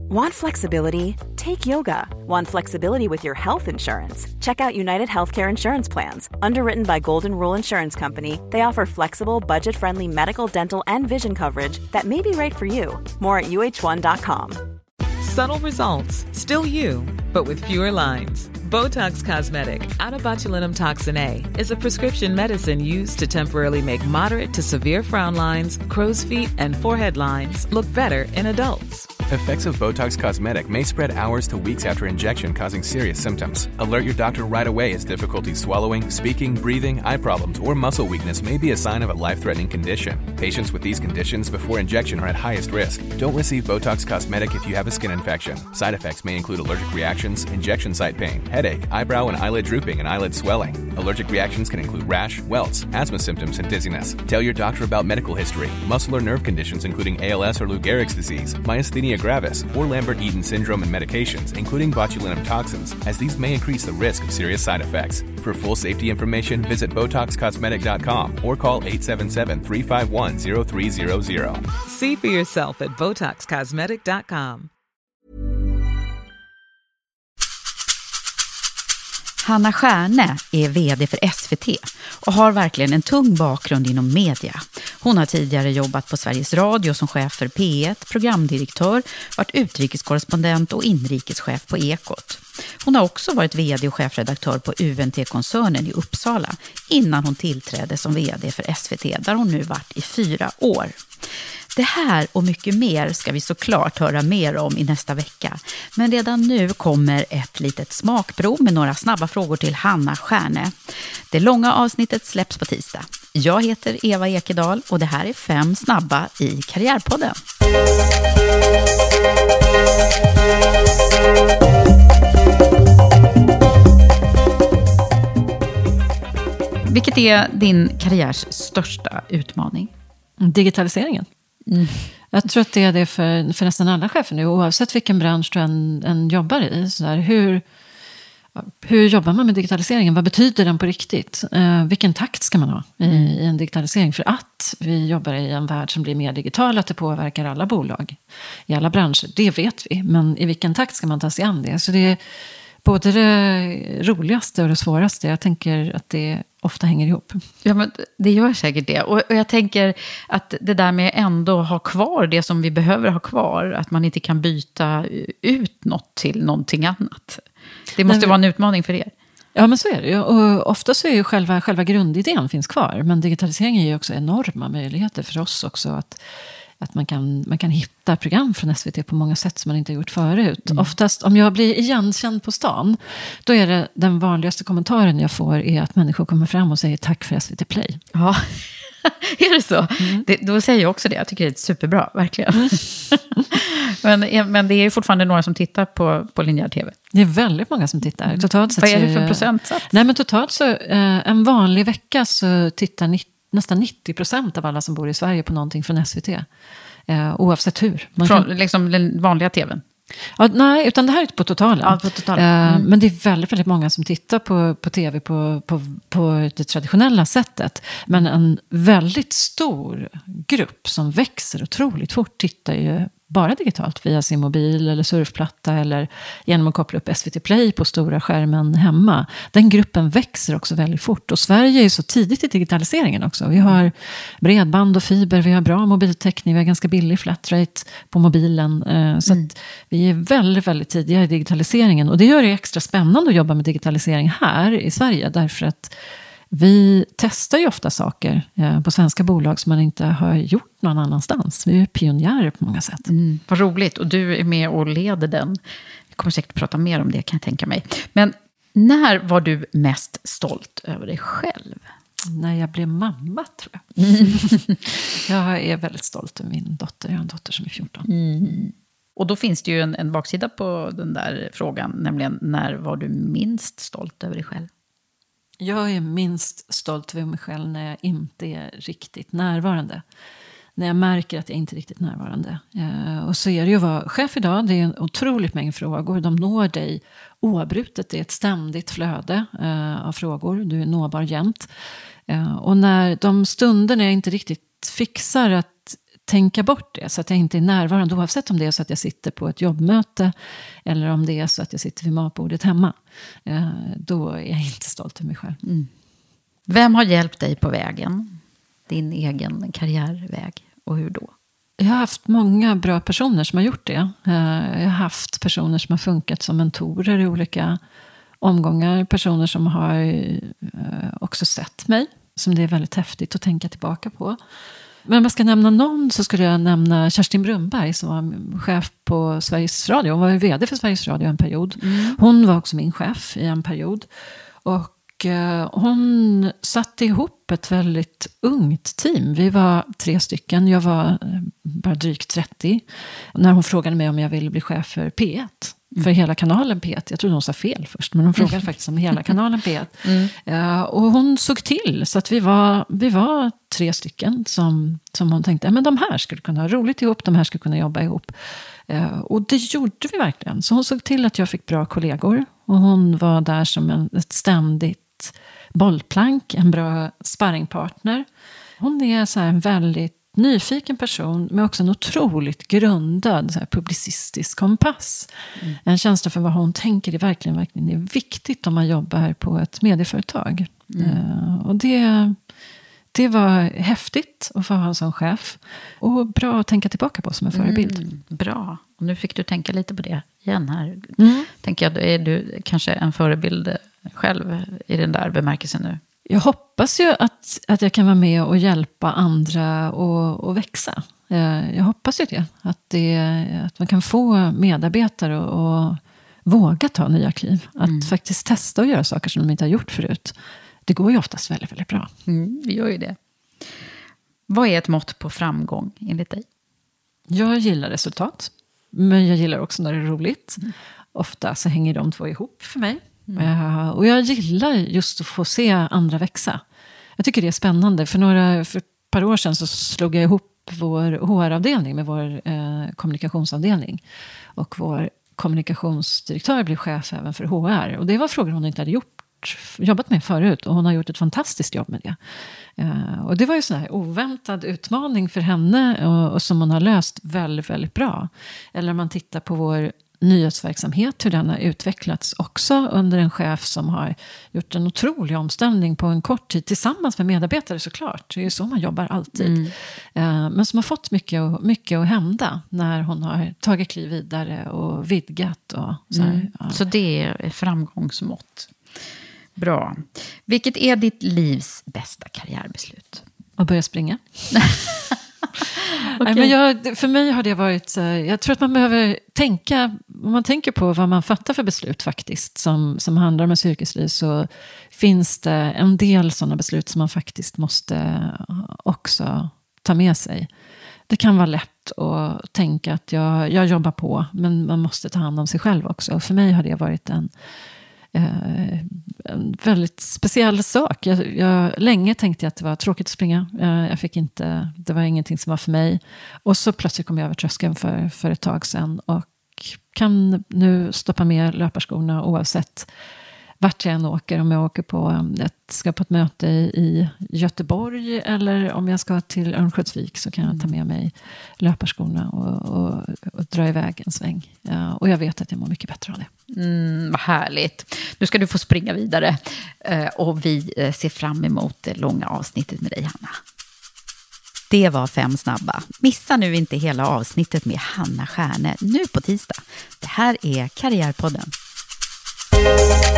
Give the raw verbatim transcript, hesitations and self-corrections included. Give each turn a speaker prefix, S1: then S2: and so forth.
S1: Want flexibility? Take yoga. Want flexibility with your health insurance? Check out United Healthcare Insurance Plans. Underwritten by Golden Rule Insurance Company, they offer flexible, budget-friendly medical, dental, and vision coverage that may be right for you. More at U H one dot com.
S2: Subtle results, still you, but with fewer lines. Botox Cosmetic, out of botulinum toxin A, is a prescription medicine used to temporarily make moderate to severe frown lines, crow's feet, and forehead lines look better in adults.
S3: Effects of Botox Cosmetic may spread hours to weeks after injection, causing serious symptoms. Alert your doctor right away as difficulty swallowing, speaking, breathing, eye problems, or muscle weakness may be a sign of a life-threatening condition. Patients with these conditions before injection are at highest risk. Don't receive Botox Cosmetic if you have a skin infection. Side effects may include allergic reactions, injection site pain, headache, eyebrow and eyelid drooping, and eyelid swelling. Allergic reactions can include rash, welts, asthma symptoms, and dizziness. Tell your doctor about medical history, muscle or nerve conditions including A L S or Lou Gehrig's disease, myasthenia gravis, or Lambert-Eaton syndrome, and medications, including botulinum toxins, as these may increase the risk of serious side effects. For full safety information, visit Botox Cosmetic dot com or call eight seven seven, three five one, zero three zero zero.
S2: See for yourself at Botox Cosmetic dot com.
S4: Hanna Stjärne är vd för S V T och har verkligen en tung bakgrund inom media. Hon har tidigare jobbat på Sveriges Radio som chef för P ett, programdirektör, varit utrikeskorrespondent och inrikeschef på Ekot. Hon har också varit vd och chefredaktör på U N T-koncernen i Uppsala innan hon tillträdde som vd för S V T, där hon nu varit i fyra år. Det här och mycket mer ska vi såklart höra mer om i nästa vecka. Men redan nu kommer ett litet smakprov med några snabba frågor till Hanna Stjärne. Det långa avsnittet släpps på tisdag. Jag heter Eva Ekedal och det här är fem snabba i Karriärpodden. Vilket är din karriärs största utmaning?
S5: Digitaliseringen. Mm. Jag tror att det är det för, för nästan alla chefer nu, oavsett vilken bransch du än, än jobbar i. Så där, hur, hur jobbar man med digitaliseringen? Vad betyder den på riktigt? Eh, vilken takt ska man ha i, mm. i en digitalisering? För att vi jobbar i en värld som blir mer digital, att det påverkar alla bolag i alla branscher, det vet vi. Men i vilken takt ska man ta sig an det? Så det är både det roligaste och det svåraste. Jag tänker att det ofta hänger ihop.
S4: Ja, men det gör säkert det. Och, och jag tänker att det där med ändå ha kvar det som vi behöver ha kvar, att man inte kan byta ut något till någonting annat. Det måste men, vara en utmaning för er.
S5: Ja, men så är det ju. Och ofta så är ju själva, själva grundidén finns kvar. Men digitaliseringen ger ju också enorma möjligheter för oss också att Att man kan, man kan hitta program från S V T på många sätt som man inte har gjort förut. Mm. Oftast, om jag blir igenkänd på stan, då är det den vanligaste kommentaren jag får är att människor kommer fram och säger tack för S V T Play.
S4: Ja, är det så? Mm. Det, då säger jag också det. Jag tycker det är superbra, verkligen. Mm. men, men det är ju fortfarande några som tittar på, på linjär tv.
S5: Det är väldigt många som tittar. Totalt sett.
S4: Vad är det för procentsats?
S5: Nej, men totalt så, eh, en vanlig vecka så tittar nittio nästan nittio procent av alla som bor i Sverige på någonting från S V T. Eh, oavsett hur. Man
S4: från
S5: kan...
S4: liksom den vanliga tvn?
S5: Ja, nej, utan det här är på totalen.
S4: Ja, på totalen.
S5: Mm.
S4: Eh,
S5: men det är väldigt, väldigt många som tittar på, på tv på, på, på det traditionella sättet. Men en väldigt stor grupp som växer otroligt fort tittar ju bara digitalt via sin mobil eller surfplatta eller genom att koppla upp S V T Play på stora skärmen hemma. Den gruppen växer också väldigt fort. Och Sverige är så tidigt i digitaliseringen också. Vi har bredband och fiber, vi har bra mobiltäckning, vi har ganska billig flatrate på mobilen. Så mm. att vi är väldigt, väldigt tidiga i digitaliseringen. Och det gör det extra spännande att jobba med digitalisering här i Sverige. Därför att vi testar ju ofta saker eh, på svenska bolag som man inte har gjort någon annanstans. Vi är pionjärer på många sätt.
S4: Mm, vad roligt. Och du är med och leder den. Vi kommer säkert prata mer om det, kan jag tänka mig. Men när var du mest stolt över dig själv?
S5: När jag blev mamma, tror jag. Mm. Jag är väldigt stolt över min dotter. Jag har en dotter som är fjorton.
S4: Mm. Och då finns det ju en, en baksida på den där frågan. Nämligen, när var du minst stolt över dig själv?
S5: Jag är minst stolt över mig själv när jag inte är riktigt närvarande. När jag märker att jag inte är riktigt närvarande. Eh, och så är det ju att vara chef idag. Det är en otroligt mängd frågor. De når dig oavbrutet. Det är ett ständigt flöde eh, av frågor. Du är nåbar jämt. Eh, och när de stunder när jag inte riktigt fixar att tänka bort det. Så att jag inte är närvarande, oavsett om det är så att jag sitter på ett jobbmöte eller om det är så att jag sitter vid matbordet hemma. Eh, då är jag inte stolt över mig själv.
S4: Mm. Vem har hjälpt dig på vägen? Din egen karriärväg, och hur då?
S5: Jag har haft många bra personer som har gjort det. Jag har haft personer som har funkat som mentorer i olika omgångar. Personer som har också sett mig, som det är väldigt häftigt att tänka tillbaka på. Men om jag ska nämna någon så skulle jag nämna Kerstin Brunberg som var chef på Sveriges Radio. Hon var ju vd för Sveriges Radio en period. Mm. Hon var också min chef i en period. Och hon satte ihop ett väldigt ungt team. Vi var tre stycken. Jag var bara drygt trettio. När hon frågade mig om jag ville bli chef för P ett. Mm. För hela kanalen P ett. Jag trodde hon sa fel först. Men hon frågade mm. faktiskt om hela kanalen P ett. Mm. Uh, och hon såg till. Så att vi var, vi var tre stycken. Som, som hon tänkte. Men de här skulle kunna ha roligt ihop. De här skulle kunna jobba ihop. Uh, och det gjorde vi verkligen. Så hon såg till att jag fick bra kollegor. Och hon var där som en, ett ständigt bollplank, en bra sparringpartner. Hon är så här en väldigt nyfiken person, men också en otroligt grundad så här publicistisk kompass. Mm. En känsla för vad hon tänker är verkligen, verkligen är viktigt om man jobbar på ett medieföretag. Mm. Uh, och det, det var häftigt att få ha en sån chef. Och bra att tänka tillbaka på som en förebild.
S4: Mm, bra. Och nu fick du tänka lite på det igen här. Mm. Tänker jag, är du kanske en förebild själv i den där bemärkelsen nu?
S5: Jag hoppas ju att, att jag kan vara med och hjälpa andra och, och växa. Jag, jag hoppas ju det. Att, det. att man kan få medarbetare och, och våga ta nya kliv. Att mm. faktiskt testa och göra saker som de inte har gjort förut. Det går ju oftast väldigt, väldigt bra.
S4: Mm, vi gör ju det. Vad är ett mått på framgång enligt dig?
S5: Jag gillar resultat. Men jag gillar också när det är roligt. Mm. Ofta så hänger de två ihop för mig. Mm. Uh, och jag gillar just att få se andra växa. Jag tycker det är spännande. För, några, för ett par år sedan så slog jag ihop vår H R-avdelning med vår uh, kommunikationsavdelning. Och vår kommunikationsdirektör blev chef även för H R. Och det var frågor hon inte hade gjort, jobbat med förut. Och hon har gjort ett fantastiskt jobb med det. Uh, och det var ju sån här oväntad utmaning för henne. Och, och som hon har löst väldigt, väldigt bra. Eller om man tittar på vår nyhetsverksamhet, hur den har utvecklats också under en chef som har gjort en otrolig omställning på en kort tid tillsammans med medarbetare såklart. Det är ju så man jobbar alltid. Mm. Men som har fått mycket, mycket att hända när hon har tagit kliv vidare och vidgat. Och så, här,
S4: mm. ja. Så det är framgångsmått. Bra. Vilket är ditt livs bästa karriärbeslut?
S5: Att börja springa. Okay. Nej, men jag, för mig har det varit, jag tror att man behöver tänka, om man tänker på vad man fattar för beslut faktiskt, som, som handlar om en yrkesliv, så finns det en del sådana beslut som man faktiskt måste också ta med sig. Det kan vara lätt att tänka att jag, jag jobbar på, men man måste ta hand om sig själv också. Och för mig har det varit en en väldigt speciell sak. Jag, jag, länge tänkte jag att det var tråkigt att springa. Jag fick inte, det var ingenting som var för mig. Och så plötsligt kom jag över tröskeln för, för ett tag sedan. Och kan nu stoppa med löparskorna oavsett vart jag än åker. Om jag åker på ett, ska på ett möte i Göteborg eller om jag ska till Örnsköldsvik, så kan jag ta med mig löparskorna och, och, och dra iväg en sväng. Ja, och jag vet att jag mår mycket bättre av det.
S4: Mm, vad härligt. Nu ska du få springa vidare. Och vi ser fram emot det långa avsnittet med dig, Hanna. Det var Fem snabba. Missa nu inte hela avsnittet med Hanna Stjärne nu på tisdag. Det här är Karriärpodden.